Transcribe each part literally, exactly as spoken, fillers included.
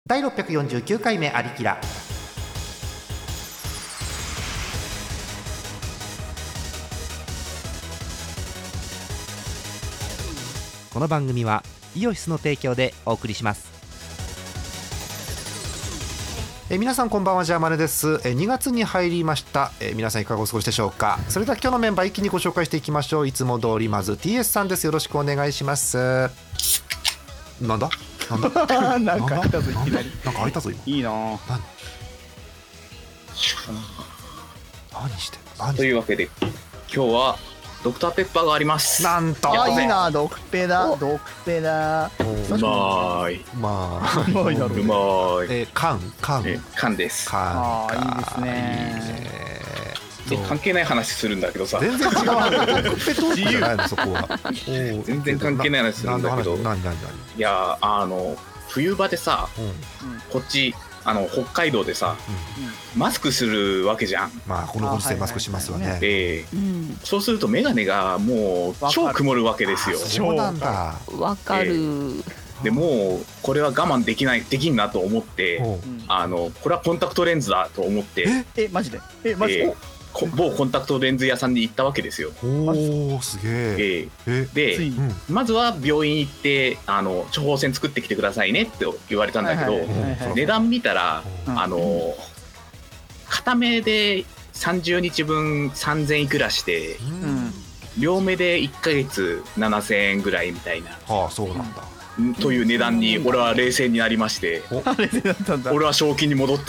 だいろっぴゃくよんじゅうきゅうかいめアリキラ。この番組はイオシスの提供でお送りします。え皆さんこんばんは、ジャーマネです。えにがつに入りました。え皆さんいかがお過ごしでしょうか。それでは今日のメンバー一気にご紹介していきましょう。いつも通りまず ティーエス さんです。よろしくお願いします。なんだなんだなんか開いたぞいきなり。 なんか開いたぞ今。 いいな。 何何して何してというわけで今日はドクターペッパーがあります。 なんとあ、いいな、ドクペだ、ドクペだ。 うまーい、 まあうまいだろうまーい。 えー、缶缶え缶です。 缶あー、いいですいいね。 ね。 で関係ない話するんだけどさ、 全然違う話。ドクペトークじゃないのそこは。 全然関係ない話するんだけど、 何何何いやあの冬場でさ、 何、うん、 こっちあの北海道でさ、 うん、 マスクするわけじゃん。 まあこのご時世マスクしますわね。 えーうん、 そうするとメガネがもう超曇るわけですよ。 そうなんだ。 わかる、えー、でもうこれは我慢できないできんなと思って、 うん、 あのこれはコンタクトレンズだと思って、 ええマジでえマジで、 えー某コンタクトレンズ屋さんに行ったわけですよ。 おお、すげえ。 えー、で、 うん、 まずは病院行ってあの処方箋作ってきてくださいねって言われたんだけど、 はいはいはいはい、 値段見たら、 うん、 あの片目でさんじゅうにちぶんさんぜんいくらして、 うん、 両目でいっかげつななせんえんぐらいみたいな、 はあ、そうなんだ。 という値段に俺は冷静になりまして、俺は正気に戻った。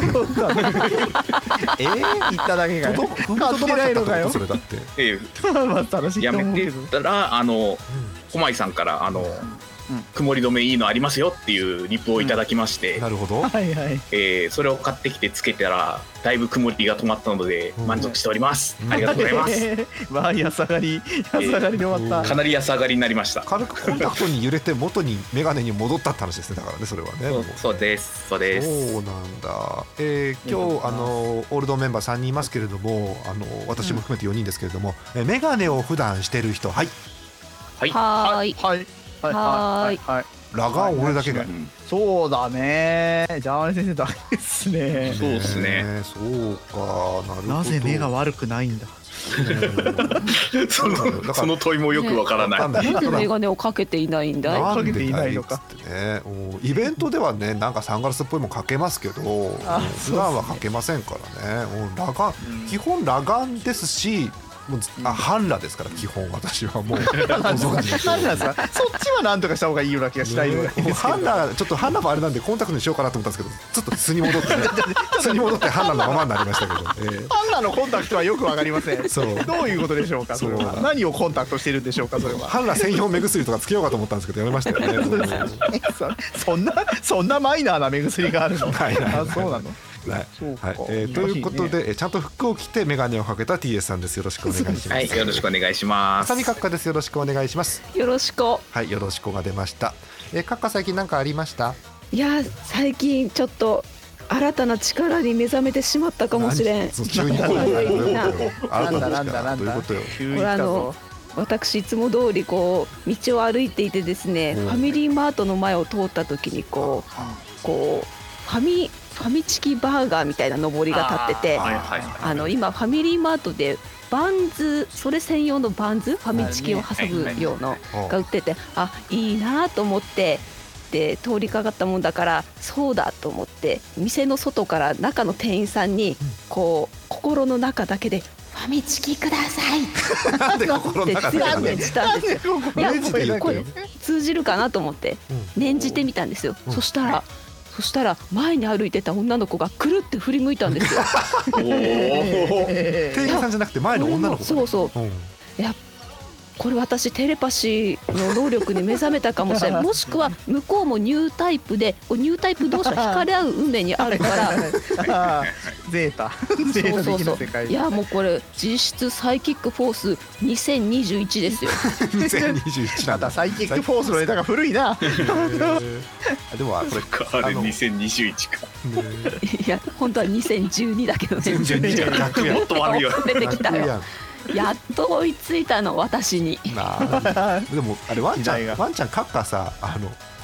えー、言っただけがよ。買ってないのかよ。 それだって。 えー、まあ楽しいやめてたらあの小井さんからあの、うん、曇り止めいいのありますよっていうリプをいただきまして、 うん、なるほど、 はいはい、 えー、それを買ってきてつけたらだいぶ曇りが止まったので満足しております、うん、ありがとうございます、えー、まあ安上がり安上がりで終わった、 えー、かなり安上がりになりました。 軽くコンタクトに揺れて元にメガネに戻ったって話ですね。だからねそれはね。 そう、そうですそうです。 そうなんだ、えー、今日あのオールドメンバーさんにんいますけれども、あの私も含めてよにんですけれども、うん、メガネを普段してる人、はいはいはいはいはいはいはい、 ラガー俺だけが、うん、 そうだね、ジャーマネ先生だけですね。 そうですね。 そうか、なるほど。 なぜ目が悪くないんだ。 そのその問いもよくわからない。 なぜメガネをかけていないんだい。 かけていないのか。 ね、イベントではね、なんかサングラスっぽいもんかけますけど、普段はかけませんからね。ラガン、基本ラガンですし。もうあ半裸ですから基本私はもう何ですかそっちはなんとかした方がいいような気がしたいよね。 半裸ちょっと半裸もあれなんでコンタクトにしようかなと思ったんですけどちょっと素に戻ってね素に戻って半裸のままになりましたけど、えー、 半裸のコンタクトはよくわかりません。そうどういうことでしょうか。それは何をコンタクトしているんでしょうか。それは半裸専用目薬とかつけようかと思ったんですけどやめましたよね。 そんなそんなマイナーな目薬があるの。 はいはい、 あ、そうなの。 はい、えー、ということで、ね、ちゃんと服を着てメガネをかけた ティーエス さんです。よろしくお願いします。 はい、よろしくお願いします。 浅見閣下です。よろしくお願いします。 よろしく。 はい、よろしくが出ました。えー、閣下最近何かありました？ いや最近ちょっと新たな力に目覚めてしまったかもしれん。 急にこうなんだなんだなんだ。 これあの私いつも通りこう道を歩いていてですね、ファミリーマートの前を通った時にこうこうファミファミチキバーガーみたいなのぼりが立ってて、あの今ファミリーマートでバンズそれ専用のバンズファミチキを挟むようなが売ってて、あいいなと思ってで通りかかったもんだからそうだと思って店の外から中の店員さんにこう心の中だけでファミチキくださいって強めしたんですよ。いやこれ通じるかなと思って念じてみたんですよ。そしたらそしたら前に歩いてた女の子がくるって振り向いたんですよ。 店員さんじゃなくて前の女の子。 そうそう、うん、いやこれ私テレパシーの能力に目覚めたかもしれない。もしくは向こうもニュータイプでニュータイプ同士は惹かれ合う運命にあるからゼータそうそうそう。いやもうこれ実質サイキックフォースにせんにじゅういちですよ。 にせんにじゅういちなんだ。 またサイキックフォースの枝が古いな。 でもこれあれにせんにじゅういちか。 いや本当はにせんじゅうにだけどね。 もっと悪いよ。 出てきたよ。やっと追いついたの私に。 なでもあれワンちゃんワンちゃんカッカさあのフ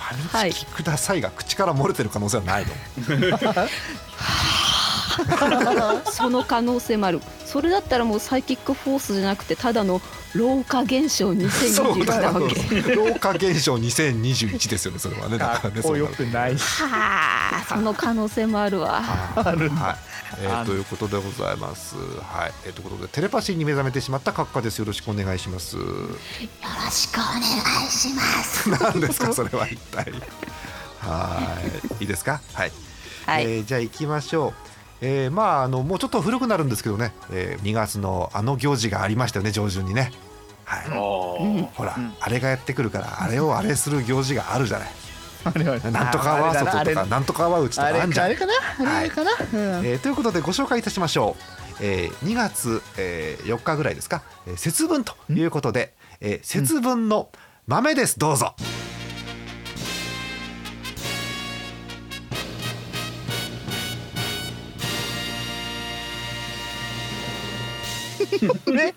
ファミチキくださいが口から漏れてる可能性はないの？ その可能性もある。それだったらもうサイキックフォースじゃなくてただの老化現象にせんにじゅういちなわけ。 老化現象にせんにじゅういちですよね、それはね。だからね、 かっこよくないし。 はあ、その可能性もあるわ。 あるんだ。 はい、えー、ということでございます。はい、えー、ということでテレパシーに目覚めてしまった閣下です。よろしくお願いします。よろしくお願いします。 何ですかそれは一体。はい、いいですか。はい、 はい、 えー、じゃあ行きましょう。えー、まああのもうちょっと古くなるんですけどね、えー、にがつのあの行事がありましたよね、上旬にね。はい、 うん、 ほら、 うん、 あれがやってくるからあれをあれする行事があるじゃない。 あれはなんとかアワー外とかなんとかアワー内とかあるじゃん。 あれかなあれかな、はい、うん、 えー、ということでご紹介いたしましょう。えー、にがつ、えー、よっかぐらいですか、えー、節分ということで、えー、節分の豆です。どうぞ。 ね、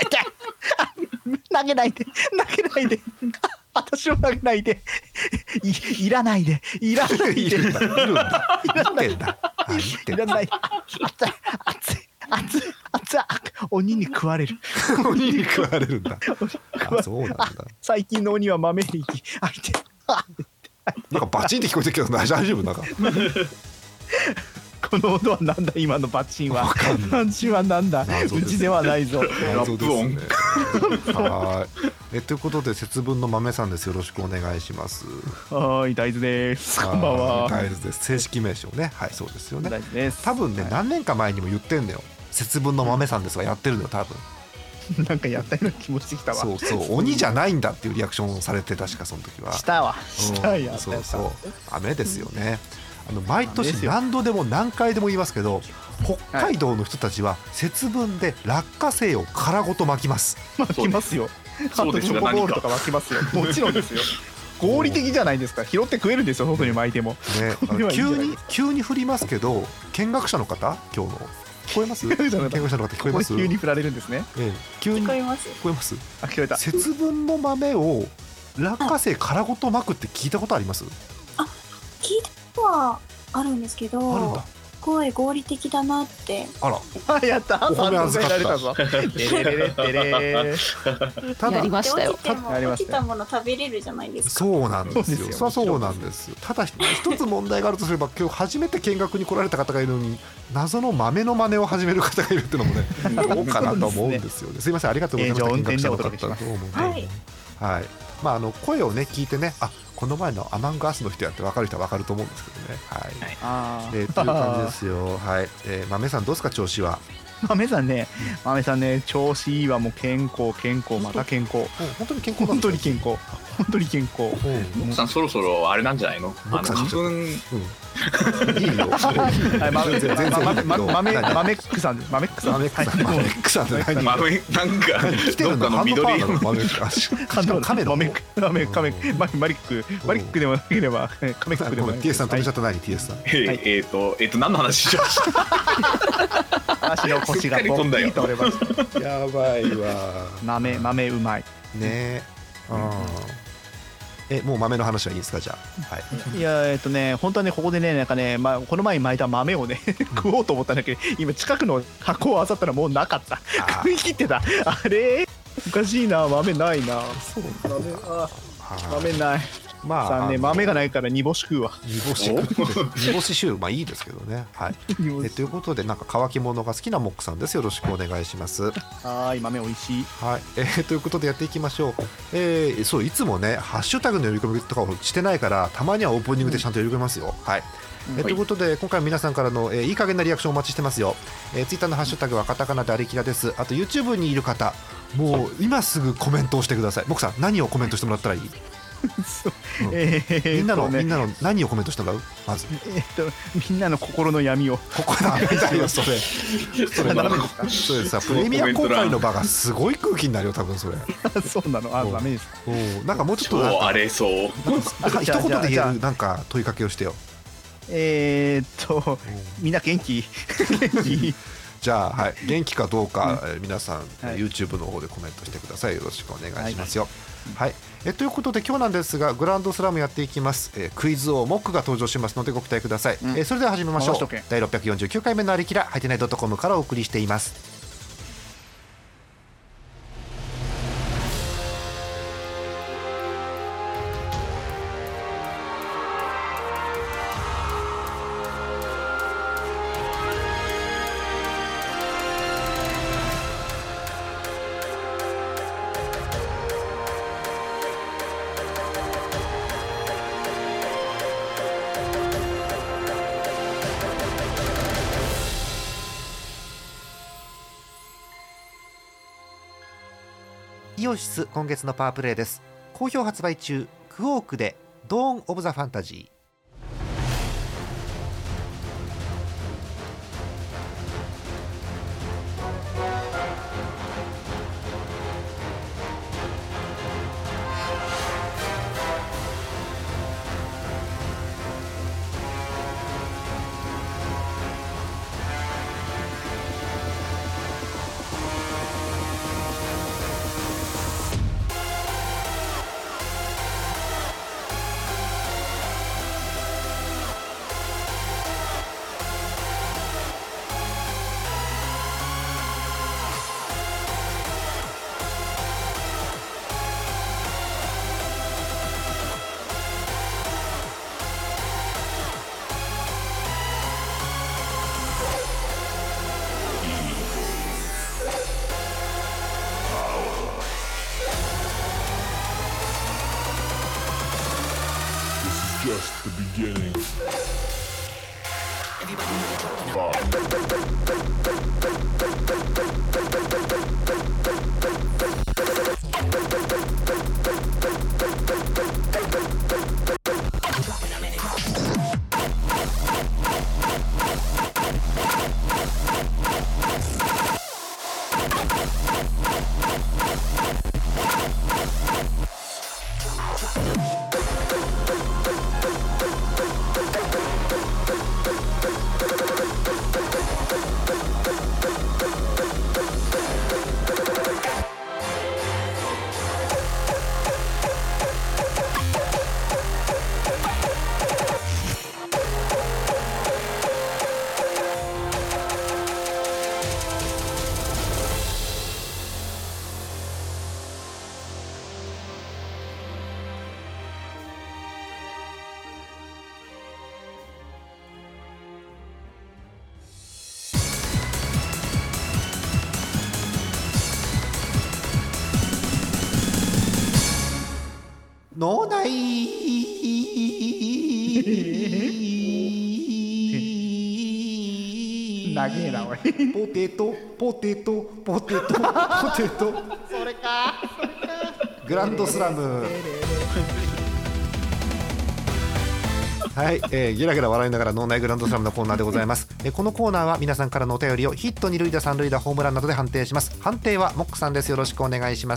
投げないで投げないで私を投げないで い, いらないでいらないでいるんだいるんだいらないいるんだいらない熱い熱い熱い熱い鬼に食われる鬼に食われるんだ。あ、そうなんだ。 最近の鬼は豆力あいてなんかバチンって聞こえてるけど大丈夫なんかこの音はなんだ今のバチンは。バチンはなんだ、うちではないぞ。 謎ですね。はい。えということで節分の豆さんです。よろしくお願いします。 はい、大豆です。こんばんは。 大豆です。正式名称ね。はい、そうですよね。 大豆です。 多分ね、 はい、 何年か前にも言ってんだよ。節分の豆さんですがやってるのよ多分。 なんかやったような気もしてきたわ。 そうそう鬼じゃないんだっていうリアクションをされて、確かその時は。 したわ。したやった。 そうそう。豆ですよね。あの毎年何度でも何回でも言いますけど、北海道の人たちは節分で落花生を殻ごと巻きます。 巻きますよ。 そうですよ。 チョコボールとか巻きますよ。もちろんですよ。合理的じゃないですか。拾って食えるんですよ、外に巻いても。 ね、急に急に降りますけど、見学者の方今日の聞こえます？見学者の方聞こえます？ 急に降られるんですね。 ええ、急に聞こえます。 聞こえます？ あ、聞こえた。 節分の豆を落花生殻ごと巻くって聞いたことあります？ あ、聞いたことはあるんですけど、 あるんだ。 すごい合理的だなって。 あら、 あ、やった。 お褒め預かった。 ぞ。デレレレデレ。 ただやりましたよ。 落ちても落ちたもの食べれるじゃないですか。 そうなんですよ。 そうですよ。 そうそうなんです。ただ一つ問題があるとすれば、今日初めて見学に来られた方がいるのに謎の豆の真似を始める方がいるっていうのもね、どうかなと思うんですよね。すいません、ありがとうございました。見学者の方だと思うんで。 はい。 はい。まああの声をね聞いてね、あ、この前のアマングアスの人やって分かる人は分かると思うんですけどね。はい。 あえー、という感じですよ。はい。えー、豆さんどうですか調子は？ 豆さんね、豆さんね、調子いいわ。もう健康健康また健康。 本当に健康本当に健康。本当に健康。 奥さんそろそろあれなんじゃないの？あの花粉。 いいよ。 豆豆豆ックさんです。豆ックさん。 豆ックさん。豆ックさんって何？ 豆なんか来てるのの緑色の豆ック。カメの豆ック豆カメマリックマリックでもなければカメックでもない。 ティーエス さん止めちゃった何？ ティーエス さん。 えっとえっと何の話しました？ 足の腰がポンと折れました。 やばいわ。 豆豆うまい。 ね。うん。え、もう豆の話はいいですかじゃあ。はい。 いやえっとね本当はねここでねなんかねまあこの前に巻いた豆をね食おうと思ったんだけど今近くの箱を漁ったらもうなかった。食い切ってた。あれおかしいな豆ないな。 そう豆あ豆ない。 まあさあね豆がないから煮干し食うわ。 煮干し食って煮干し臭まあいいですけどね。はい。えということでなんか乾き物が好きなモックさんです。よろしくお願いします。 はい豆美味しい。 はい。えー、ということでやっていきましょう。えー、そういつもねハッシュタグの呼び込みとかをしてないからたまにはオープニングでちゃんと呼び込みますよ。はい。 うん、 えー、ということで今回皆さんからの、えー、いい加減なリアクションお待ちしてますよ。えー、ツイッターのハッシュタグはカタカナでありきらです。あと YouTube にいる方もう今すぐコメントをしてください。モックさん何をコメントしてもらったらいい？ うんえー、 みんなの、 ね、 みんなの何をコメントしてもらう？まず、 えー、っとみんなの心の闇を心の闇だよそれそれダメですか？それさプレミア公開の場がすごい空気になるよ多分それそうなのあダメですか？ おなんかもうちょっとなんかあれそうなんか一言で言えるなんか問いかけをしてよ。 えー、っとみんな元気元気じゃあ、はい、元気かどうか、うん、皆さん、 はい、 YouTube の方でコメントしてください。よろしくお願いしますよ。はい、はい、 えということで今日なんですがグランドスラムやっていきます、えー、クイズ王モックが登場しますのでご期待ください、うんえー、それでは始めましょう。だいろっぴゃくよんじゅうきゅうかいめのありきらハイテナイドットコムからお送りしています。イオシス今月のパワープレイです。好評発売中、クォークでドーン・オブ・ザ・ファンタジー。 Just the beginning. 脳内長えなおい。 ポテトポテトポテトポテトそれかグランドスラムはい、えー、ゲラゲラ笑いながら脳内グランドスラムのコーナーでございます、えー、このコーナーは皆さんからのお便りをヒット二塁打三塁打ホームランなどで判定します。判定はモックさんです。よろしくお願いします。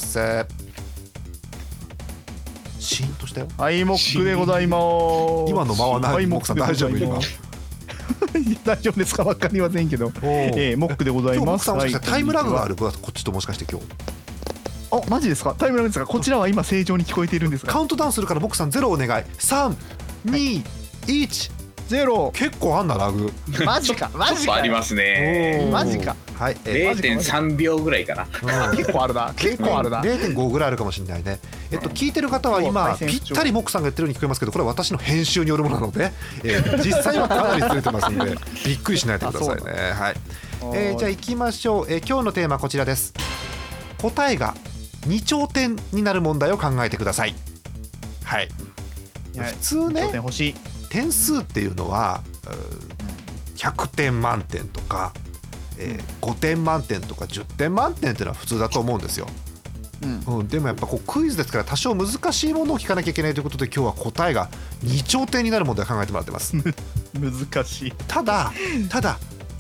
シーンとしたよ。 はい、モックでございます。 今の間はない、はい、モックさん大丈夫今大丈夫ですか分かりませんけど、えー、モックでございます。 モックさんもしかしてタイムラグがある、こっちともしかして今日あ、マジですか。タイムラグですか。こちらは今正常に聞こえているんですが、 カウントダウンするからモックさんゼロお願い。さん、に、いち、ゼロ。結構あんなラグ。 マジかマジか。 ちょっとありますね。 マジか。 はい、 ゼロてんさんびょうぐらいかな。 結構あるな。結構あるな。 ゼロてんご ぐらいあるかもしれないね。えっと聞いてる方は今ぴったりモックさんが言ってるように聞こえますけど、これは私の編集によるものなので、えー、実際はかなりずれてますんでびっくりしないでくださいね。はい。えー、じゃあ行きましょう。えー、今日のテーマはこちらです。答えがに頂点になる問題を考えてください。はい。普通ね、点数っていうのはひゃくてん満点とか、えー、ごてん満点とかじゅってん満点っていうのは普通だと思うんですよ、うんうん、でもやっぱこうクイズですから多少難しいものを聞かなきゃいけないということで今日は答えがに頂点になる問題を考えてもらってます難しい。 ただただ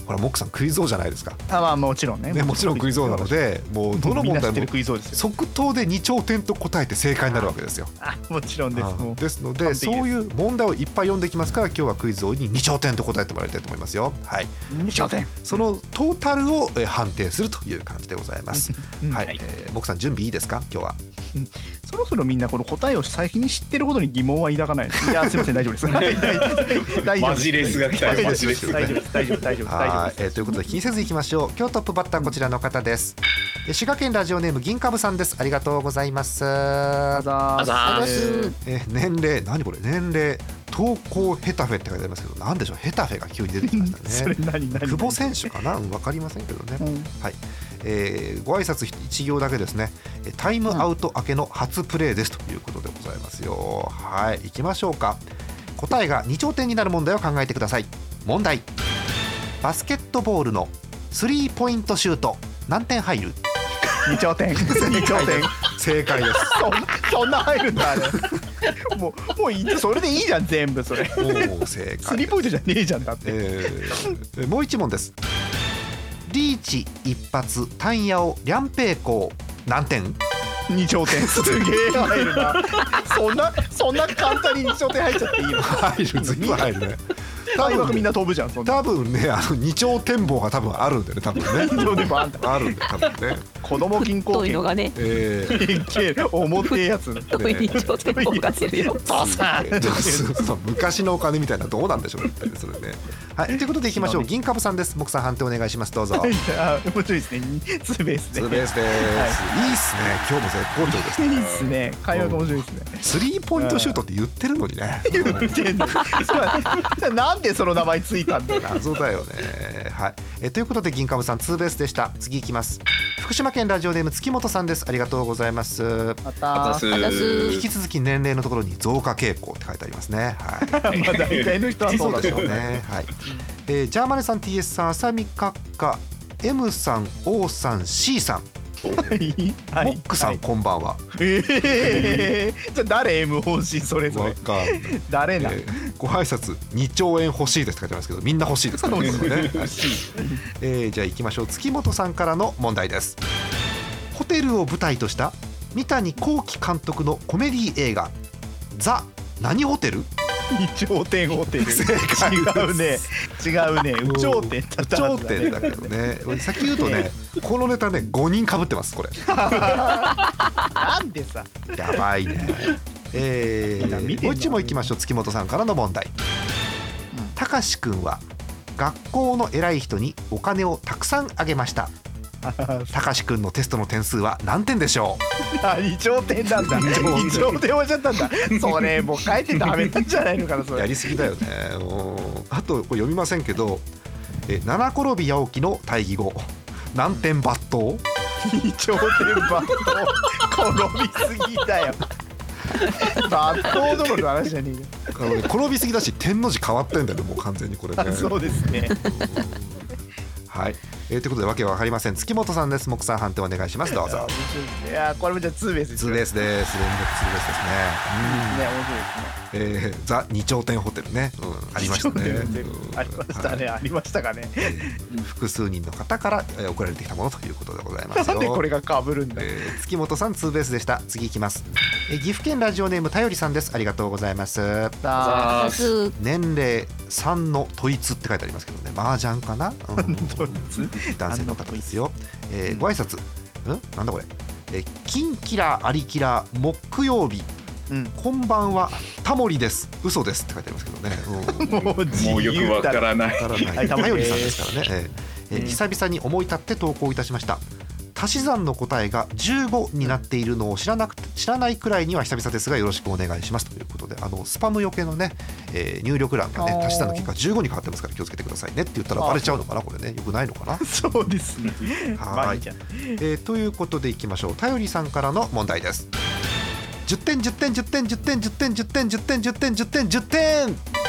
ほらモックさんクイズ王じゃないですか。 あ、まあもちろんね。 ね、もちろんクイズ王なので、もうどの問題も即答でに頂点と答えて正解になるわけですよ。 あ、もちろんです。もうですので、そういう問題をいっぱい読んできますから、今日はクイズ王にに頂点と答えてもらいたいと思いますよ。はい。 に頂点。 そのトータルを判定するという感じでございます。はい。えー、モックさん準備いいですか今日は。 うん、そろそろみんなこの答えを先に知ってることに疑問は抱かないです。いや、すみません、大丈夫です。大丈夫。 マジレスが来たよ。マジレス。 大丈夫です。大丈夫。大丈夫。大丈夫です。 えー、ということで気にせずいきましょう。今日トップバッターこちらの方です。滋賀県ラジオネーム銀株さんです。ありがとうございます。 あざーす。 あざーす。 えー、年齢何これ年齢投稿ヘタフェって書いてありますけど、なんでしょう。ヘタフェが急に出てきましたね。 それ何何久保選手かな、うん、分かりませんけどね、うん、はい。えー、ご挨拶一行だけですね。タイムアウト明けの初プレーですということでございますよ。はい、行きましょうか。答えがに頂点になる問題を考えてください。問題。バスケットボールのスリーポイントシュート何点入る？ に頂点。に頂点。 正解です。 そ, そんな入るんだあれ。もうもういい、それでいいじゃん全部それ。 おお正解。 スリーポイントじゃねえじゃんだって。 えー、もう一問です。リーチ一発単ヤオリャンペイコー何点？ に頂点。すげえ入るな。そんなそんな簡単にに頂点入っちゃっていいの？ 入る、ずいぶん入るね。 多分みんな飛ぶじゃん。そんな多分ね、あのに頂展望が多分あるんだよね、多分ね。 に頂展望あんだ。 あるんだよ多分ね。 子供銀行というのがね。 ええ。重てえやつ。 太いに頂展望がするよ。 昔のお金みたいなどうなんでしょうねそれね。はい、ということでいきましょう。銀株さんです。木さん判定お願いします。どうぞ。 あ、面白いですね。ツーベースで。 ツーベースです。いいっすね。今日も絶好調ですね。 いいっすね。会話が面白いですね。 スリーポイントシュートって言ってるのにね。 言ってんの。なんでその名前ついたんだよ。 謎だよね。はい。えということで銀株さんツーベースでした。次いきます。福島県ラジオネーム月本さんです。ありがとうございます。 また引き続き年齢のところに増加傾向って書いてありますね。はい。 まあ大体の人はそうでしょうね。はい。えー、ジャーマネさん ティーエス さん、浅見閣下 M さん O さん C さん、モックさん、はい、こんばんは。 えー、じゃあ誰 エムオーシー それぞれ誰な、 えー、ご挨拶に兆円欲しいですって書いてますけど、みんな欲しいですからね。えー、じゃあ行きましょう。月本さんからの問題です。ホテルを舞台とした三谷幸喜監督のコメディ映画ザ・何ホテル？ に頂点ホテル。 正解。 違うね違うね。有頂点だったはずだね。有頂点だけどね。先言うとね、このネタねごにん被ってますこれ。 なんでさ。 やばいね。えー、もう一問いきましょう。月本さんからの問題。たかしくんは学校の偉い人にお金をたくさんあげました。たかしくんのテストの点数は何点でしょう？ あ、に頂点なんだ。に頂点押しちゃったんだ。それもう書いてダメなんじゃないのかなそれ。 やりすぎだよね。あとこれ読みませんけど、え七転び八起きの対義語何点抜刀？ に頂点抜刀。転びすぎだよ。抜刀どころの話じゃねえよ。 あのね、転びすぎだし点の字変わってんだよねもう完全にこれね。 そうですね。 はい、えー、ということでわけは分かりません。月本さんです。木さん判定お願いします。どうぞ。 いやこれもじゃあツーベースです。 ツーベースです。連続ツーベースですね。 うん、ね面白いですね。 えー、ザ二頂点ホテルね、うん、ありましたね。 ありましたね、はい、ありましたかね、 えー。複数人の方から、えー、送られてきたものということでございますよ。 なんでこれが被るんだ。 えー、月本さんツーベースでした。次いきます。えー、岐阜県ラジオネームたよりさんです。ありがとうございます。年齢さんの統一って書いてありますけどね、麻雀かな、うん、男性の方ですよ。えー、ご挨拶、うん、なんだこれ、えー、金キラーアリキラー木曜日、うん、こんばんはタモリです嘘ですって書いてありますけどね、 うん、もう自由だ、もうよくわからないたよりさんですからね、えーえー、久々に思い立って投稿いたしました。足し算の答えがじゅうごになっているのを知らなく知らないくらいには久々ですがよろしくお願いしますということで、あのスパムよけのね、えー、入力欄がね足し算の結果じゅうごに変わってますから気をつけてくださいねって言ったらバレちゃうのかなこれね。よくないのかな。 そうですね。 はい、えー、ということでいきましょう。たよりさんからの問題です。じゅってんじゅってんじゅってんじゅってんじゅってんじゅってんじゅってんじゅってんじゅってんじゅってんじゅってん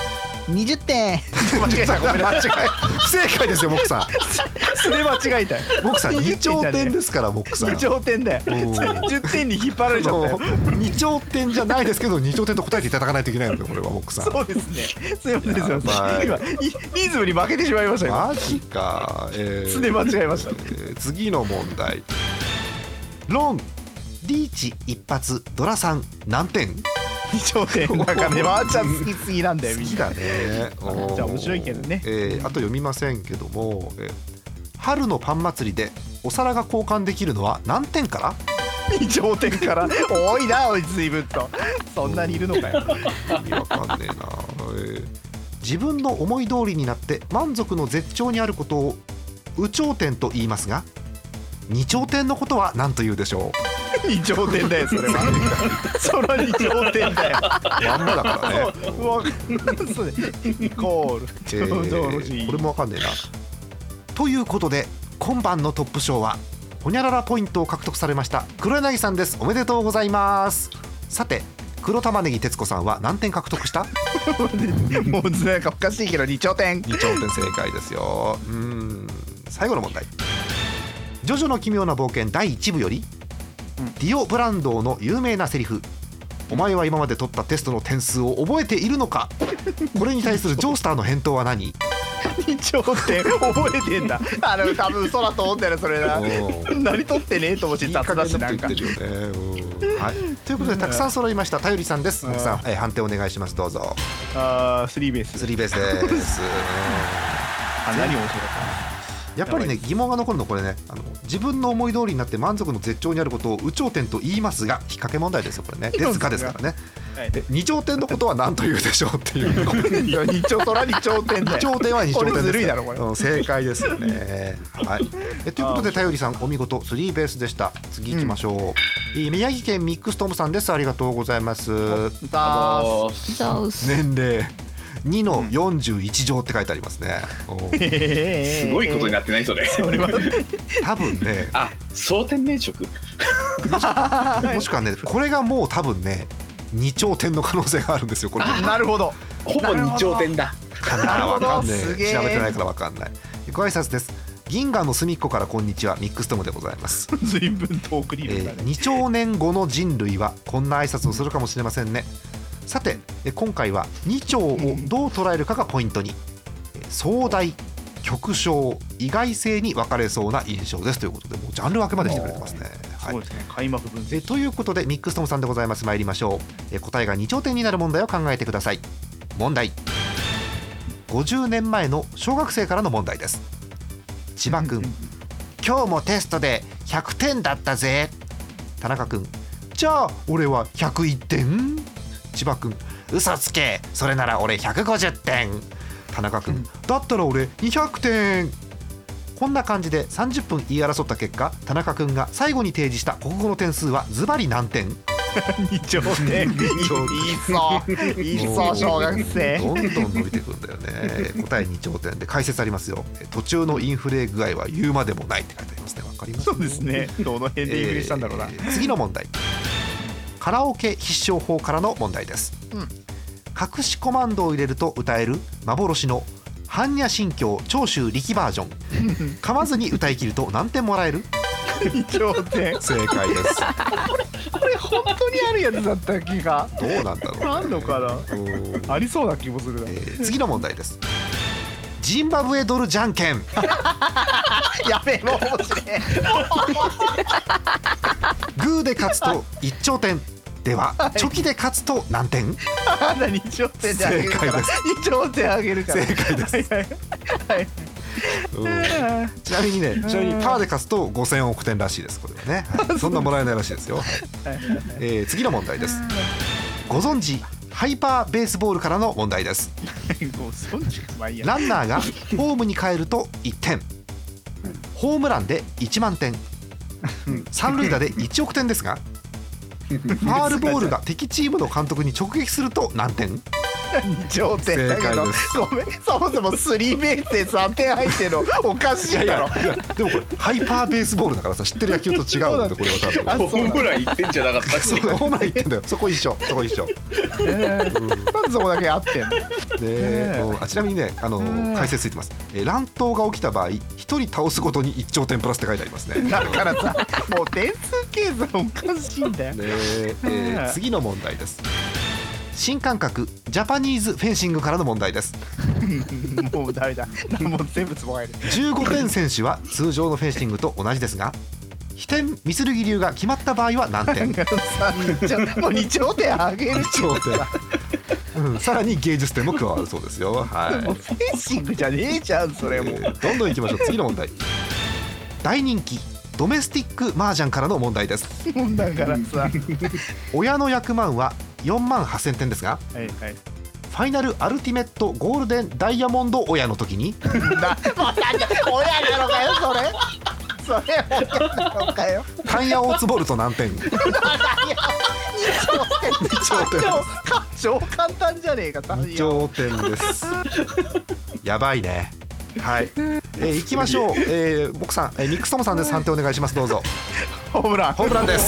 にじゅってん間違えたごめんなさい不正解ですよモックさん。 それ間違えたよモックさんに頂点ですからモックさん。 に頂点だよ。じゅってんに引っ張られちゃったよ。 に頂点じゃないですけどに頂点と答えていただかないといけないのでこれはモックさん。 そうですね。すいませんすいません。今リズムに負けてしまいましたよ。 マジか。えー、 すで間違えました、 えー、次の問題。ロンリーチ一発ドラさん何点？ に頂点なんかねマーちゃん好きすぎなんだよみんな。 好きだね。 じゃあ面白いけどね。 えー、あと読みませんけども、えー、春のパン祭りでお皿が交換できるのは何点から？ に頂点から多いなおい随分と。そんなにいるのかよ。 意味わかんねえな。えー、自分の思い通りになって満足の絶頂にあることを有頂天と言いますが、二頂天のことは何と言うでしょう？ に頂点だよそれは。そのに頂点だよ。 まんまだからね。 そうイコール、 えー、これもわかんねえな。ということで今晩のトップ賞はホニャララポイントを獲得されました黒柳さんです。おめでとうございます。さて黒玉ねぎ徹子さんは何点獲得した？ もうなんかおかしいけどに頂点。 に頂点正解ですよ。うーん、最後の問題。ジョジョの奇妙な冒険だいいち部より、うん、ディオ・ブランドーの有名なセリフ、お前は今まで取ったテストの点数を覚えているのか？これに対するジョースターの返答は何？ に頂点覚えてんだ。あの多分嘘だと思ったよそれな。何取ってねえと思って雑だしなんか。はい、 ということでたくさん揃いました。たよりさんです。僕さん、えー、判定お願いします。どうぞ。 あースリーベース。 スリーベースです。 あ何面白かった。 やっぱりね疑問が残るのこれね、あの自分の思い通りになって満足の絶頂にあることを有頂天と言いますが引っ掛け問題ですよこれね。ですがですからね。はい、二頂天のことは何と言うでしょうっていう。 いや二頂そら二頂天だよ。 二頂天は二頂天です。 ずるいだろこれ。 うん、正解ですよね。はい。えということでたよりさんお見事スリーベースでした。次行きましょう。うん、宮城県ミックストームさんです。ありがとうございます。年齢にのよんじゅういち乗って書いてありますね。 すごいことになってないそれ。それは多分ね。 あ、総天命職。 もしくはね、これがもう多分ね、に頂点の可能性があるんですよ。これ。 なるほど。 ほぼに頂点だ。 かな、わかんねえ。調べてないからわかんない。ご挨拶です。銀河の隅っこからこんにちは、ミックストムでございます。 随分遠くにいるんだね。 えー、に兆年後の人類はこんな挨拶をするかもしれませんね。さて今回はに兆をどう捉えるかがポイントに、壮大、極小、意外性に分かれそうな印象ですということで、もうジャンル分けまでしてくれてますね。 はい、そうですね、開幕分析。 ということでミックストムさんでございます。参りましょう。答えがに頂点になる問題を考えてください。問題。ごじゅうねんまえの小学生からの問題です。千葉君、今日もテストでひゃくてんだったぜ。田中君、じゃあ俺はひゃくいってん。千葉君、嘘つけ、それなら俺ひゃくごじゅってん。田中君、だったら俺にひゃくてん。こんな感じでさんじゅっぷん言い争った結果、田中君が最後に提示した国語の点数はズバリ何点？ に頂点。いいそういいそう小学生。 どんどん伸びてくんだよね。答えに頂点で解説ありますよ。途中のインフレ具合は言うまでもないって書いてありますね。わかります？ そうですね。どの辺でインフレしたんだろうな。えー、 次の問題。カラオケ必勝法からの問題です。うん、隠しコマンドを入れると歌える幻の般若心経長州力バージョン。噛まずに歌い切ると何点もらえる？ に頂点。 正解です。 これ本当にあるやつだった気が。 どうなんだろう、ね、 あんのかな。ありそうな気もするな。 えー、次の問題です。ジンバブエドルじゃんけん。 やべえ、もう面白い。 グーで勝つといち頂点。では、はい、チョキで勝つと何点？ に頂点であげるから。 正解です。 に頂点あげるから。 正解です。はいはいはい、ちなみにね、ちなみにパーで勝つとごせんおくてんらしいです。これはね、はい、そんなもらえないらしいですよ。えー、次の問題です。ご存知ハイパーベースボールからの問題です。ランナーがホームに帰るといってん、ホームランでいちまんてん、三塁打でいちおくてんですが、ファールボールが敵チームの監督に直撃すると何点？ に頂点だけど、ごめん、そもそもスリーベースでさんてん入ってるのおかしいだろ。 いやいやでもこれハイパーベースボールだからさ、知ってる野球と違うんだよこれは多分。 ホームランいってんじゃなかったっそうけ。 ホームランいってんだよ、そこ一緒そこ一緒。 えーなんでそこだけ合ってんの。 で、うんあちなみにね、あの解説ついてます。えー乱闘が起きた場合一人倒すごとにいち頂点プラスって書いてありますね。 だからさ、もう点数計算おかしいんだよ。 で、えー次の問題です。新感覚ジャパニーズフェンシングからの問題です。 もうダメだ。もう全部つぼがえる。 じゅうごてん選手は通常のフェンシングと同じですが、飛天三剣流が決まった場合は何点？ さに頂もうに頂点上げるって頂点、うん、さらに芸術点も加わるそうですよ。はい、 もうフェンシングじゃねえじゃんそれもう。 えーどんどんいきましょう。次の問題。大人気ドメスティック麻雀からの問題です。 もんだからさ。はい親の役満はよんまんはっせんてんですが、 はい。 ファイナルアルティメットゴールデンダイヤモンド親の時にな、もうなんだ親なのかよそれ。それ親なのかよ。 タンヤオーツボルト何点？に頂点超簡単じゃねえか。 に頂点です。やばいね。はい、えー、行きましょう。えー、僕さん、えー、ミックストモさんです。判定お願いします。どうぞ。 ホームラン。 ホームランです。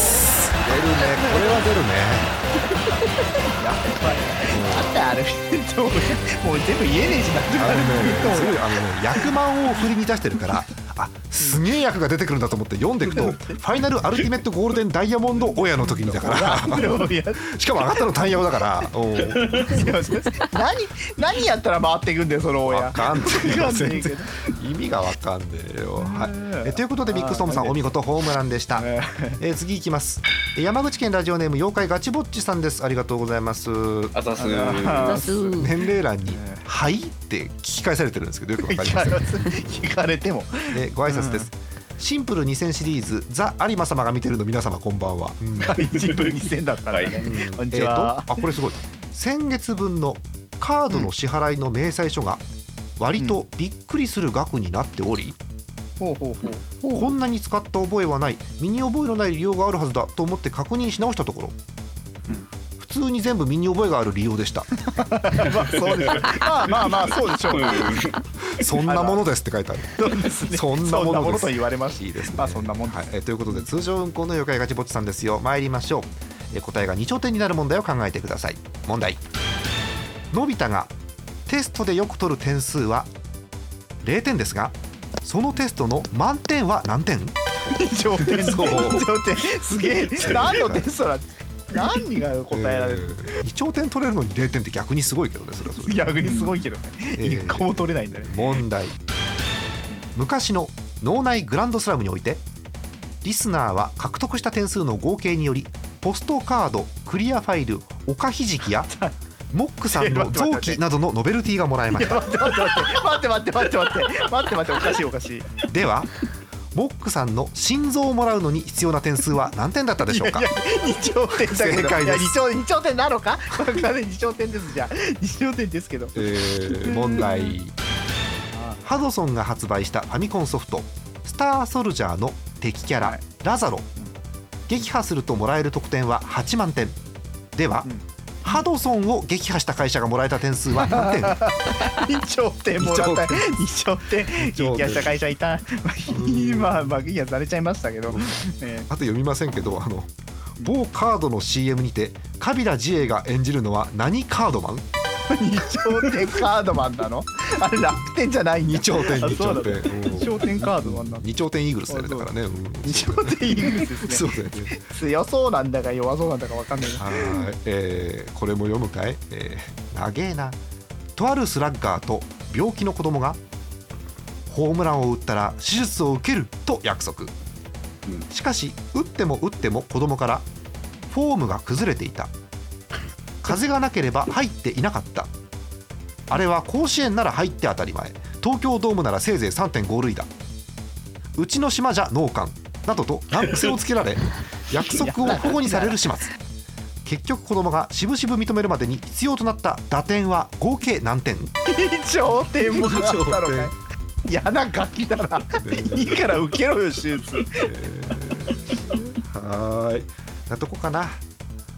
出るね、これは出るね。 やっぱり。だってあれもう全部言えねえしな。 あのね、すごいあのね、役満を振りに出してるから、あ、すげえ役が出てくるんだと思って読んでいくと、ファイナルアルティメットゴールデンダイヤモンド親の時にだから、しかも上がったのタンヤオだから、お何何やったら回っていくんだよその親。 わかんねえよ全然意味がわかんねえよ。はい、えということでミックストムさんお見事ホームランでした。えー、次いきます。山口県ラジオネーム妖怪ガチぼっちさんです。ありがとうございます。 あざす。 年齢欄に「はい?」って聞き返されてるんですけどよくわかりません。 聞かれても。 えご挨拶です。シンプルにせんシリーズザ・有馬様が見てるの皆様こんばんは。うん、 シンプルにせんだったらね。こんにちは。 えー、あこれすごい。先月分のカードの支払いの明細書が割とびっくりする額になっており、 ほうほうほう。 こんなに使った覚えはない、身に覚えのない利用があるはずだと思って確認し直したところ、うん、普通に全部身に覚えがある利用でした。 まあそうです。まあまあまあそうでしょう。 そんなものですって書いてある。 そうですね。 そんなものです。 と言われました。いいですね。まあそんなもんです。 はい、えということで通常運行の妖怪ガチぼっちさんですよ。参りましょう。え答えがに頂点になる問題を考えてください。問題。のび太がテストでよく取る点数はれいてんですが、そのテストの満点は何点？ に頂点。そう。に頂点。すげえ。何のテストだ。何が答えられる？ えー、に頂点取れるのにれいてんって逆にすごいけどね。それはそれ逆にすごいけどね。いっこも取れないんだね。 問題。昔の脳内グランドスラムにおいてリスナーは獲得した点数の合計によりポストカード、クリアファイル、おかひじきやモックさんの臓器などのノベルティがもらえました。 待って待って待って待って待って待って待って待っておかしいおかしい。 ではモックさんの心臓をもらうのに必要な点数は何点だったでしょうか？ いやいやに頂点だけど。 正解です。 いやに頂に頂点なのか？に頂点です。じゃあに頂点ですけど。 えー、問題。ハドソンが発売したファミコンソフトスターソルジャーの敵キャラ、はい、ラザロ、撃破するともらえる得点ははちまんてんでは、うん、ハドソンを撃破した会社がもらえた点数は何点？ に頂点もらった。に頂点撃破した会社いた。まあまあ撃破されちゃいましたけど、 えー、あと読みませんけど、あの某カードの シーエム にてカビラ自衛が演じるのは何カードマン？ に頂点カードマンなの？あれ楽天じゃないんだ。 に頂点に頂点に頂点カードマンなの。 に頂点イーグルスだね。だからね、うん、 に頂点イーグルスですね。そうだよね。強そうなんだか弱そうなんだか分かんないな。 はい、えー、これも読むかい、えー、長えな。とあるスラッガーと病気の子供がホームランを打ったら手術を受けると約束、うん、しかし打っても打っても子供からフォームが崩れていた、風がなければ入っていなかった、あれは甲子園なら入って当たり前、東京ドームならせいぜい さんてんご 塁だ、うちの島じゃ脳幹などと難癖をつけられ約束を保護にされる始末。結局子供が渋々認めるまでに必要となった打点は合計何点？ に頂点もらったのかい。嫌なガキだな。いいから受けろよ手術。 えー、はーいなとこかな。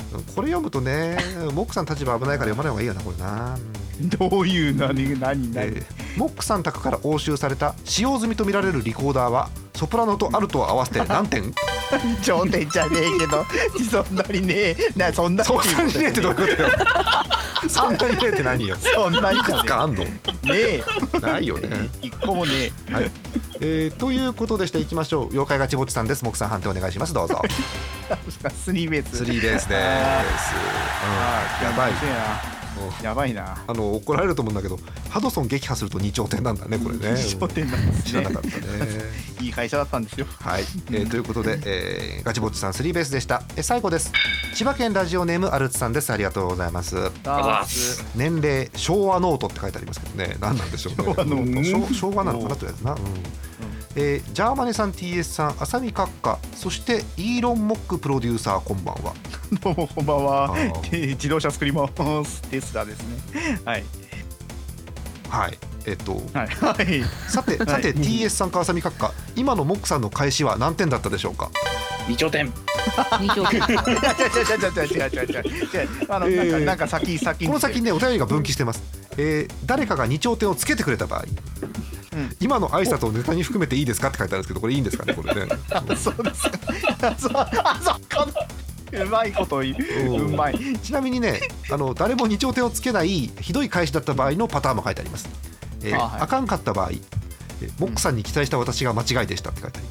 これ読むとねモックさん立場危ないから読まない方がいいよなこれな。 どういう何何何、 えーモックさん宅から押収された使用済みとみられるリコーダーはソプラノとアルトを合わせて何点？ 頂点じゃねえけどそんなにねえな、そんなにそんなにねえってどういうことよ。そんなにねえって何よ。 そんなにいくつかあんの？ ねえないよね。 一個もねえ。 はい、えー、ということでしていきましょう。妖怪ガチぼっちさんです。モックさん判定お願いします。どうぞ。 スリーベーススリーベースです。うん、やばい。 やばいな。 あの怒られると思うんだけど、ハドソン撃破するとに頂点なんだねこれね。 に頂点なんですね。 知らなかったね。 いい会社だったんですよ。 はい、えー、ということで、えー、ガチぼっちさんスリーベースでした。え最後です。千葉県ラジオネームアルツさんです。ありがとうございます。 あ年齢昭和ノートって書いてありますけどね、何なんでしょうね。 昭和ノート昭和なのかなとりあえずな。うんえー、ジャーマネさん ティーエス さん、浅見閣下、そしてイーロン・モックプロデューサー、こんばんは。 どうもこんばんは。 あー自動車作りますテスラですね。はいはいえっとはいはい。 さてさて、 はいティーエス さんか浅見閣下、今のモックさんの返しは何点だったでしょうか。 に頂点。 二条件。 違う違う違う違う違う違う違う。あの、 えーなんかなんか先先にこの先ねお便りが分岐してます。えー、誰かがに頂点をつけてくれた場合、 うん今の挨拶をネタに含めていいですかって書いてあるんですけど、これいいんですかねこれね。 あそうですか。あそうあそこのうまいこと言う。 うんうまい。 ちなみにね、あの誰もに頂点をつけないひどい返しだった場合のパターンも書いてあります。えーあはいあかんかった場合、えーモックさんに期待した私が間違いでしたって書いてあり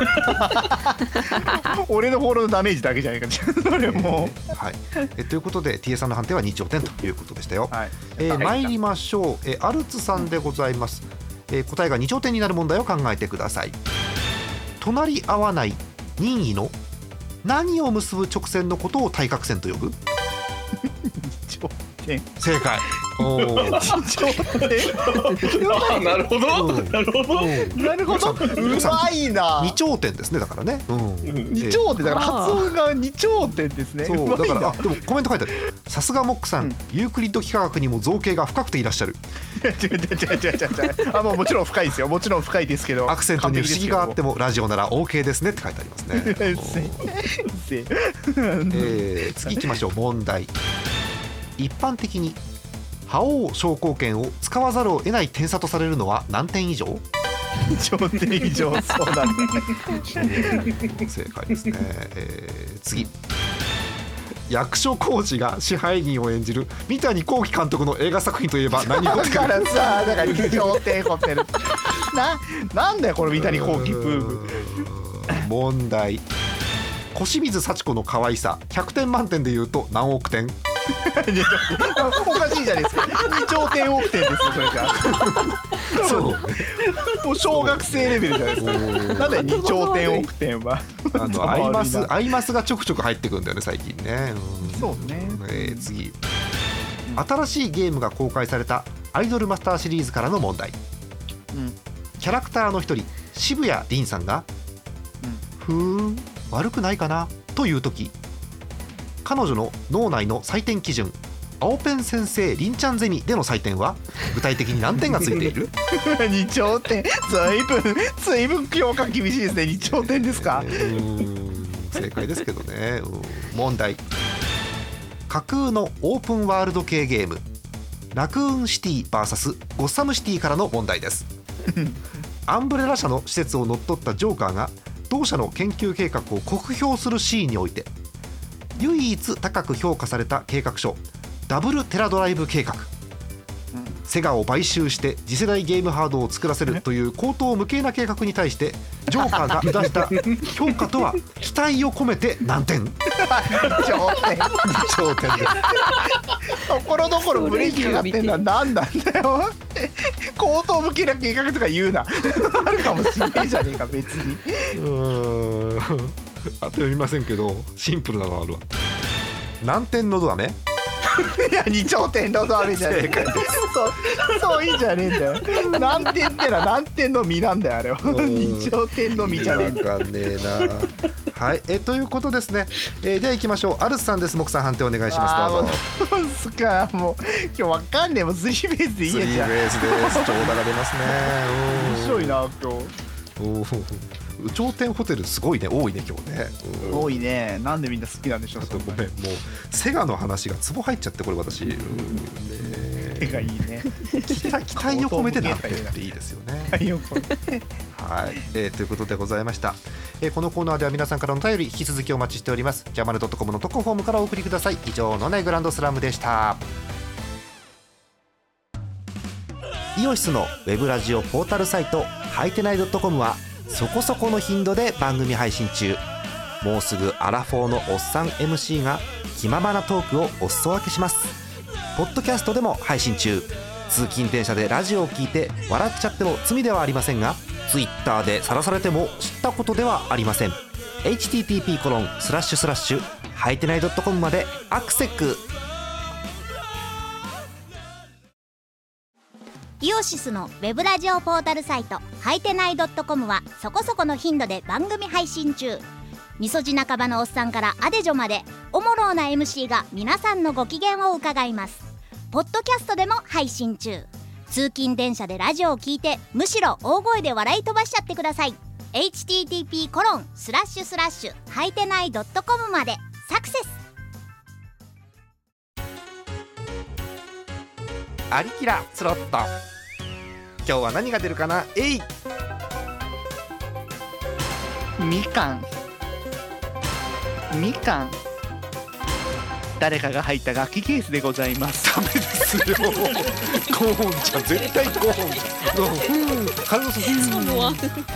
ますね。 俺のフォローのダメージだけじゃないか。それもはいえーということで ティーエス さんの判定はに頂点ということでしたよ。 う。はい。 えーはい参りましょう。えーアルツさんでございます。えー答えがに頂点になる問題を考えてください。隣り合わない任意の何を結ぶ直線のことを対角線と呼ぶ？ 頂点。 正解。おー頂点。 あなるほど、 うんなるほど。 なるほど。うまいな。 に頂点ですねだからね。うん二頂点だから発音が二頂点ですね。 そうだかららあでもコメント書いてある。さすがモックさん、 うんユークリッド幾何学にも造形が深くていらっしゃる。 違う違う違う違う違う。あもうもちろん深いですよ。もちろん深いですけど。 アクセントに不思議があっても。 もラジオなら OK ですねって書いてありますね。 せせえー次行きましょう。問題。一般的に覇王昇降拳を使わざるを得ない点差とされるのは何点以上？ 頂点以上そうなんだ。 正解ですね。えー次。役所広司が支配人を演じる三谷幸喜監督の映画作品といえば何をだからさ、だから二頂点掘ってる。な、なんだよこの三谷幸喜ブーム。 問題。小清水幸子の可愛さひゃくてん満点で言うと何億点？ おかしいじゃないですか。二頂点億点ですよそれじゃ。 そうもう小学生レベルじゃないですか。なんだよ二頂点億点は。 あのアイマスアイマスがちょくちょく入ってくるんだよね最近ね。うんそうね。 えー次。新しいゲームが公開されたアイドルマスターシリーズからの問題。 うんキャラクターの一人渋谷凛さんが、ふーん悪くないかなという時、彼女の脳内の採点基準青ペン先生凛ちゃんゼミでの採点は具体的に何点がついている？ 二頂点。ずいぶんずいぶん評価厳しいですね。二頂点ですか。 うーん正解ですけどね。うん問題。架空のオープンワールド系ゲームラクーンシティ ブイエス ゴッサムシティからの問題です。アンブレラ社の施設を乗っ取ったジョーカーが同社の研究計画を酷評するシーンにおいて唯一高く評価された計画書ダブルテラドライブ計画、セガを買収して次世代ゲームハードを作らせるという荒唐無稽な計画に対してジョーカーが下した評価とは期待を込めて何点？ 二頂点。 頂点です。 ところどころブレーキかかってんのは何なんだよ。高等無形な計画とか言うな。あるかもしれないじゃねえか別に。 うーんあと読みませんけどシンプルなのあるわ。何点のど飴？ いや二頂点のど飴じゃねえか。そうそういいじゃねえんだよ。何点ってのは何点の実なんだよあれは。二頂点の実じゃねえんだよ。 わかんねえな。はいえということですね。えー、では行きましょう。アルスさんです。モクさん判定お願いします。どうぞ。 どうすかもう今日わかんねえもんスリーベースでいいスリーベやじゃん。 ースです。長打が出ますね。 面白いな今日。 おー有頂天ホテルすごいね、多いね今日ね、うん、 多いね。なんでみんな好きなんでしょう。 あとごめん、もうセガの話がツボ入っちゃってこれ私、うんね、 絵がいいね。 期待期待を込めてなってっていいですよね。はい、えー、ということでございました、えー、このコーナーでは皆さんからのお便り引き続きお待ちしております。ジャマネドットコムの特報フォームからお送りください。以上のねグランドスラムでした。イオシスのウェブラジオポータルサイトはいてない .com はそこそこの頻度で番組配信中。もうすぐアラフォーのおっさん エムシー が気ままなトークをお裾分けします。ポッドキャストでも配信中。通勤電車でラジオを聞いて笑っちゃっても罪ではありませんが、ツイッターで晒されても知ったことではありません。 エイチティーティーピーコロンスラッシュスラッシュはいてない .com までアクセック。 イオシスのウェブラジオポータルサイトはいてない .com はそこそこの頻度で番組配信中。みそじ半ばのおっさんからアデジョまでおもろうな エムシー が皆さんのご機嫌を伺います。ポッドキャストでも配信中。通勤電車でラジオを聞いてむしろ大声で笑い飛ばしちゃってください。 エイチティーティーピーコロンスラッシュスラッシュはいてない .com までサクセス。 アリキラスロット、今日は何が出るかな。えいみかんみかん誰かが入った楽器ケースでございます。 ダメですよゴーンちゃん絶対ゴーンちゃん、うん、カルロスそうのは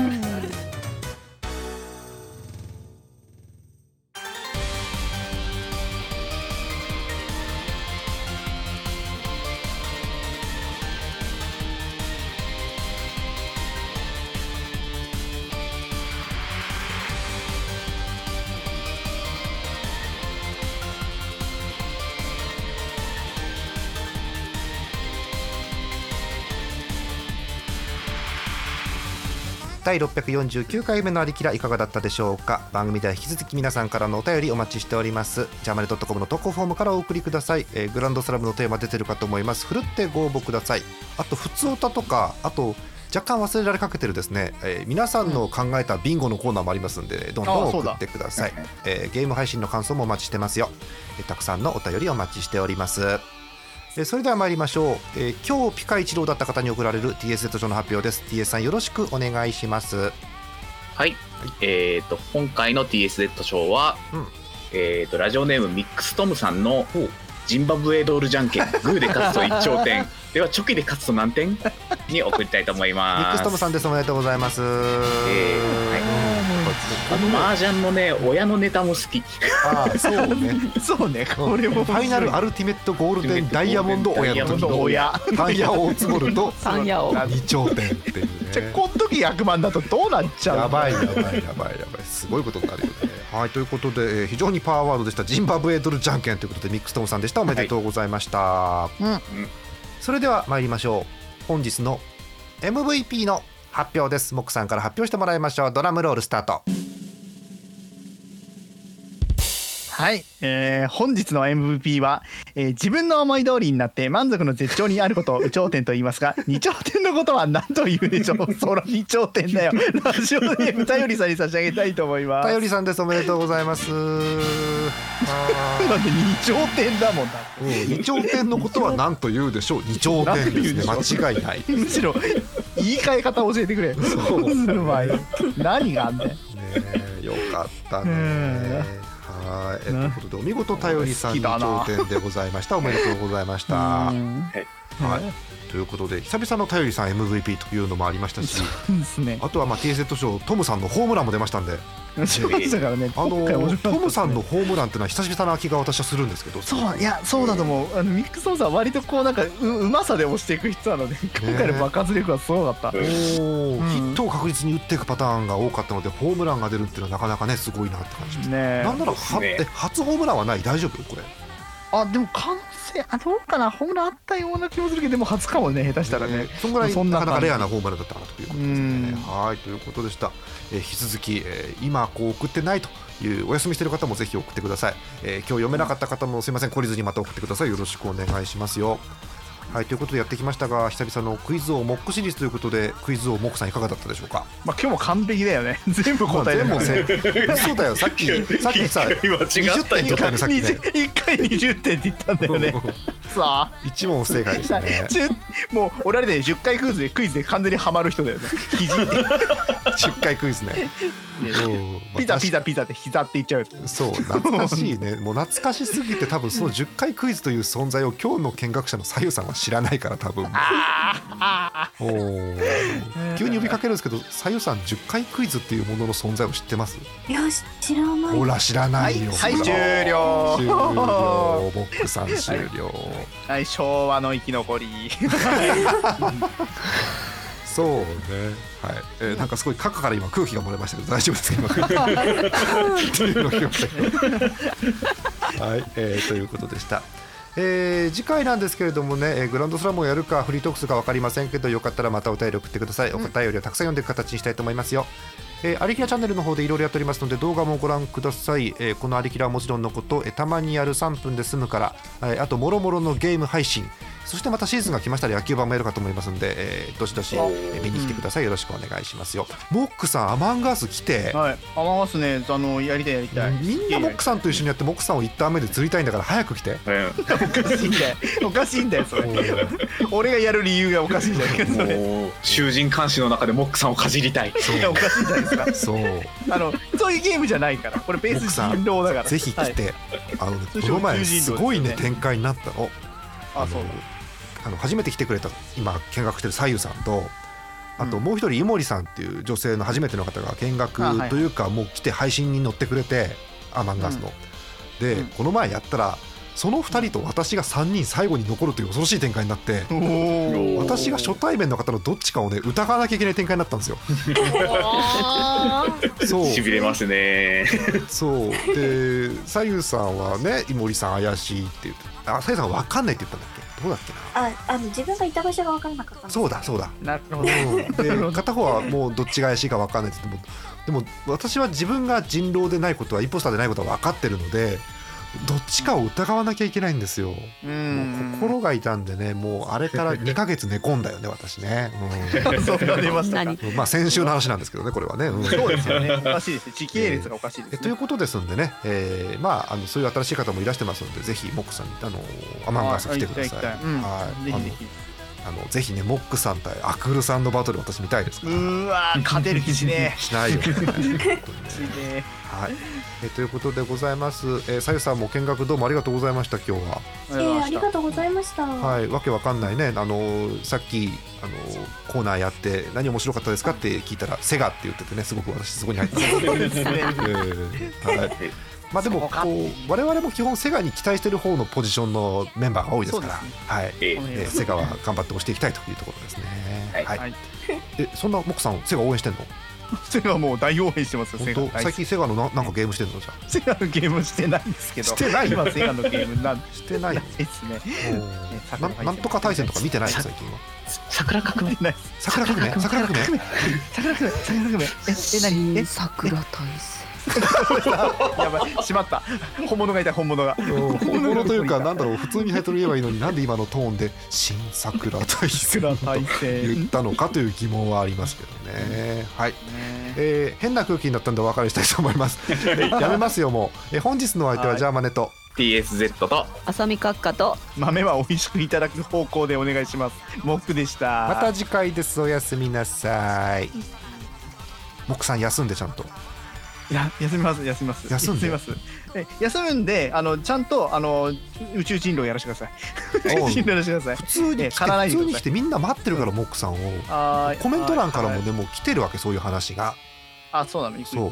だいろっぴゃくよんじゅうきゅうかいめのありきらいかがだったでしょうか。番組では引き続き皆さんからのお便りお待ちしております。ジャマネドットコムの投稿フォームからお送りください。えー、グランドスラムのテーマ出てるかと思います。ふるってご応募ください。あとふつおたとか、あと若干忘れられかけてるですね、えー、皆さんの考えたビンゴのコーナーもありますんで、どんどん送ってください。えー、ゲーム配信の感想もお待ちしてますよ。えー、たくさんのお便りお待ちしております。えー、それでは参りましょう。えー、今日ピカ一郎だった方に送られる ティーエスゼット 賞の発表です。 ティーエス さんよろしくお願いします。 はい、えーと今回の ティーエスゼット 賞は、うん、えーとラジオネームミックストムさんのジンバブエドールじゃんけんグーで勝つと一頂点ではチョキで勝つと何点に送りたいと思います。 ミックストムさんです。おめでとうございます。えーはい、あの麻雀のね親のネタも好き。 ああそうねそうね、これもファイナルアルティメットゴールデンダイヤモンド親の時の親タイヤを積もるとタイヤを二頂点っていうね。 じゃあこの時ひゃくまんだとどうなっちゃうの。 やばいやばいやばいやばいすごいことになるよね。はい、ということで、えー、非常にパワーワードでしたジンバブエドルじゃんけんということでミックストムさんでした。おめでとうございました。はい、うん、それでは参りましょう。本日の エムブイピー の発表です。モックさんから発表してもらいましょう。ドラムロールスタート。 はい、えー、本日の エムブイピー は、えー、自分の思い通りになって満足の絶頂にあることを有頂天と言いますが、二頂天のことは何と言うでしょう。そら二頂天だよ。ラジオネームたよりさんに差し上げたいと思います。 たよりさんです。おめでとうございます。 なんで二頂天だもんだ。 うん、二頂天のことは何と言うでしょう。二頂天ですね。間違いない。 むしろ言い換え方教えてくれ。そうする前何があんねん。ねえ、よかったね。はい、えー、ということでお見事たよりさんに頂点でございました。おめでとうございました。はい、ということで久々のたよりさん エムブイピー というのもありましたし、 そうですね、 あとはまあ ティーエスゼット 賞トムさんのホームランも出ましたんで、 しましたからね。 あのトムさんのホームランっていうのは久々な気が私はするんですけど、 そういやそうだと思う。あのミックストムさんは割とこうなんか う, うまさで押していく人なので、今回の爆発力はすごかった。おー、うん、ヒットを確実に打っていくパターンが多かったので、ホームランが出るっていうのはなかなかねすごいなって感じですね。なんならは、ね、え初ホームランはない？大丈夫これ？ あでも可能性あどうかな。ホームランあったような気もするけど、でも初かもね、下手したらね。 そんぐらいなかなかレアなホームランだったかなということですね。はいということでした。えー、引き続き、えー、今こう送ってないというお休みしている方もぜひ送ってください。えー、今日読めなかった方もすいません、懲りずにまた送ってください。よろしくお願いしますよ。 はい、ということでやってきましたが、久々のクイズ王モックシリーズということで、クイズ王モックさんいかがだったでしょうか。 まあ今日も完璧だよね。全部答える、 全部せ嘘だよ。さっきさっきさ今違ったにじゅってん取ったね、さっきね。 いっかいにじゅってんって言ったんだよね。さあいち問不正解でしたね。 じゅうもう俺あれでじゅっかいクイズでクイズで完全にハマる人だよね。肘ってじゅっかいクイズね。うんピザピザピザって膝って言っちゃう。 そう懐かしいね。もう懐かしすぎて、多分そのじゅっかいクイズという存在を今日の見学者のさゆさんは知らないから、多分おー急に呼びかけるんですけど、さゆさんじゅっかいクイズっていうものの存在を知ってます？ いや知らない。 ほら知らないよ。 はい、はい、終了終了。ボックさん終了。 はい、はい、昭和の生き残り。 そうね、はい、えー、なんかすごいカカから今空気が漏れましたけど大丈夫ですか今というのを聞きましたけどはい、えー、ということでした。えー、次回なんですけれどもね、えー、グランドスラムをやるかフリートークするか分かりませんけど、よかったらまたお便り送ってください。お便りをたくさん読んでいく形にしたいと思いますよ。えー、アリキラチャンネルの方でいろいろやっておりますので、動画もご覧ください。えー、このアリキラはもちろんのこと、えー、たまにやるさんぷんで済むから、えー、あともろもろのゲーム配信、そしてまたシーズンが来ましたら野球版もやるかと思いますので、えー、どしどし、えー、見に来てください。よろしくお願いしますよ。モックさんアマンガース来て、 はい、アマンガースね、あのやりたいやりたい。 みんなモックさんと一緒にやって、モックさんを一旦目で釣りたいんだから早く来て。 おかしいんだよ、おかしいんだよそれ。俺がやる理由がおかしいんだけど、それ囚人監視の中でモックさんをかじりたい。 いやおかしいじゃないですか。 そうあのそういうゲームじゃないから、これベース人狼だから。 ぜひ来て、はい、あの、ね、この前すごいね展開になったの。 あ、そうあの初めて来てくれた今見学してるさゆさんと、あともう一人井森さんっていう女性の初めての方が見学というか、もう来て配信に乗ってくれて、アマンガスの、うん、で、うん、この前やったらそのふたりと私がさんにん最後に残るという恐ろしい展開になって、私が初対面の方のどっちかをね疑わなきゃいけない展開になったんですよ。 そうしびれますね。 そうで、さゆさんはね、井森さん怪しいって言って、あ、さゆさんは分かんないって言ったんだっけ、どうだっけな。 あ、あの自分がいた場所が分からなかったんです。 そうだそうだ。 なるほど。 で片方はもうどっちが怪しいか分かんないって言っても、でも私は自分が人狼でないことはインポスターでないことは分かってるので、どっちかを疑わなきゃいけないんですよ。もう心が痛んでね、もうあれからにかげつ寝込んだよね私ね。うん、 そう出ましたか。 まあ先週の話なんですけどね、これはね。うん、 そうですよね。おかしいです。時系列がおかしいです、ね。 ということですんでね、えー、まああのそういう新しい方もいらしてますので、ぜひモックさんにあのアマンガース来てください。はい。ぜひぜひ。あのぜひね、モックさん対アクルさんのバトル私見たいですから。 うーわー、勝てる気しねえ。しないよね。 ねはい、えということでございます。えー、さゆさんも見学どうもありがとうございました。今日は。 えー、ありがとうございました。 はい、わけわかんないね。あのさっきあのコーナーやって何面白かったですかって聞いたらセガって言っててね、すごく私そこに入ってた。そうですね。えー、はい。まあでもこう我々も基本セガに期待している方のポジションのメンバーが多いですから、ね、はい、えー、セガは頑張って押していきたいというところですね。はい。はい、え、そんなモックさんセガ応援してんの？ セガもう大応援してますよ。 本当？最近セガのななんかゲームしてんのじゃ？ セガのゲームしてないんですけど。 してない。 今セガのゲームなんしてないですね。 な, なんとか対戦とか見てない最近は。 桜革命。 桜革命。桜革命。 桜革命。桜革命。ええ何？え桜大戦。 やばい、しまった。本物がいた、本物が。 本物というか、なんだろう、普通にタイトル言えばいいのに、なんで今のトーンで新桜大戦と言ったのかという疑問はありますけどね。はい、えー、変な空気になったんでお別れしたいと思います。やめますよもう。え本日のお相手はジャーマネとティーエスゼット と浅見閣下と豆は美味しくいただく方向でお願いします。モックでした。 また次回です。おやすみなさい。モックさん休んでちゃんと。 いや休みます休みます休んでますえ休むんで、あのちゃんとあの宇宙人狼やらせてください。宇宙人狼やらせてください。 普通に来て、普通に来てみんな待ってるから、モックさんをコメント欄からもね、もう来てるわけ、そういう話が。 あ、そうなの。 そう、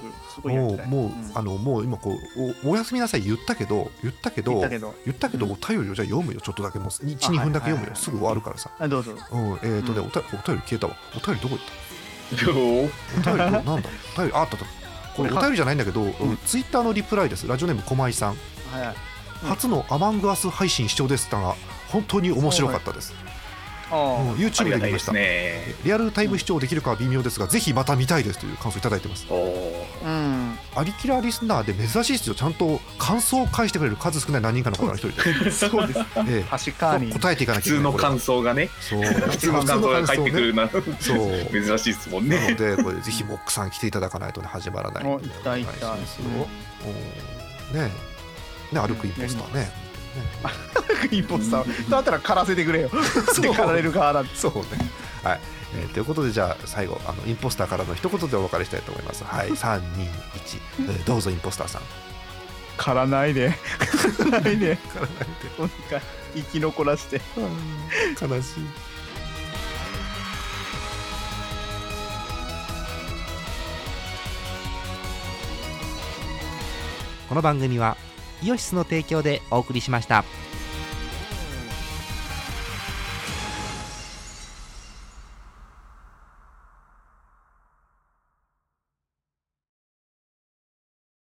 もうもうあのもう今こう お, おやすみなさい言ったけど言ったけど言ったけど言ったけど、お便りをじゃあ読むよ、ちょっとだけ、もういちにふんだけ読むよ、すぐ終わるからさ。 どうぞ。 うん、えっとね、お便り消えたわ。お便りどこ行った？お便りなんだ？お便りあったと。これお便りじゃないんだけど、うん、ツイッターのリプライです。ラジオネーム駒井さん、はいはい、うん、初のアマングアス配信視聴でしたが本当に面白かったです。はい、うん、YouTube で見ました。リアルタイム視聴できるかは微妙ですが、ぜひまた見たいですという感想いただいてます。 うん、 アリキラリスナーで珍しいですよ。ちゃんと感想を返してくれる数少ない何人かの方の一人でそうです、 ええ、 確かに答えていかなきゃいけない。 普通の感想がね、 そう普通の感想が返ってくるな、 そう珍しいですもんね。 なのでこれぜひモックさん来ていただかないとね始まらないのでお痛い痛いお願しますよ。おねえね、歩くインポスターね、 歩くインポスターだったら狩らせてくれよ。で狩られる側だって。 そうね、はい、えーということでじゃあ最後あのインポスターからの一言でお別れしたいと思います。はい、さんにいち、えー、どうぞインポスターさん。 狩らないで狩らないで狩らないでお願い、生き残らせて。 悲しい。 この番組はイオシスの提供でお送りしました。